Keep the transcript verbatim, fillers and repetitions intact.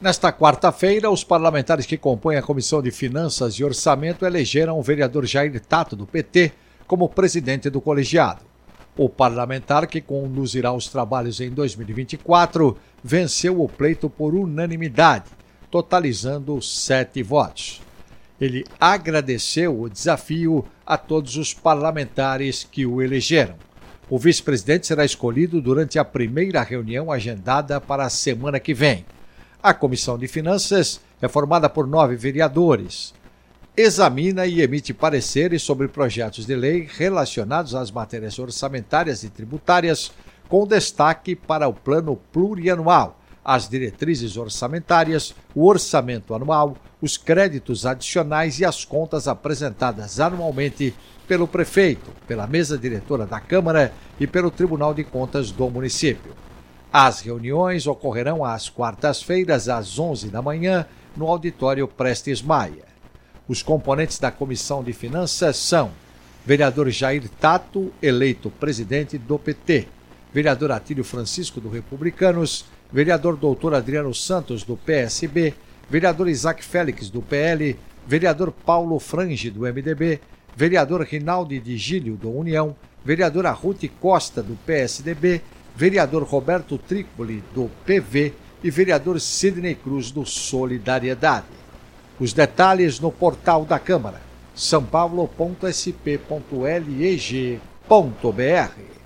Nesta quarta-feira, os parlamentares que compõem a Comissão de Finanças e Orçamento elegeram o vereador Jair Tato, do P T, como presidente do colegiado. O parlamentar, que conduzirá os trabalhos em dois mil e vinte e quatro, venceu o pleito por unanimidade, totalizando sete votos. Ele agradeceu o desafio a todos os parlamentares que o elegeram. O vice-presidente será escolhido durante a primeira reunião agendada para a semana que vem. A Comissão de Finanças é formada por nove vereadores. Examina e emite pareceres sobre projetos de lei relacionados às matérias orçamentárias e tributárias, com destaque para o plano plurianual, as diretrizes orçamentárias, o orçamento anual, os créditos adicionais e as contas apresentadas anualmente pelo prefeito, pela mesa diretora da Câmara e pelo Tribunal de Contas do município. As reuniões ocorrerão às quartas-feiras, às onze da manhã, no auditório Prestes Maia. Os componentes da Comissão de Finanças são vereador Jair Tato, eleito presidente do P T, vereador Atílio Francisco, do Republicanos, vereador doutor Adriano Santos, do P S B, vereador Isaac Félix, do P L, vereador Paulo Frange, do M D B, vereador Rinaldi de Gílio, do União, vereadora Ruth Costa, do P S D B, vereador Roberto Trípoli, do P V e vereador Sidney Cruz, do Solidariedade. Os detalhes no portal da Câmara, são paulo ponto s p ponto leg ponto b r.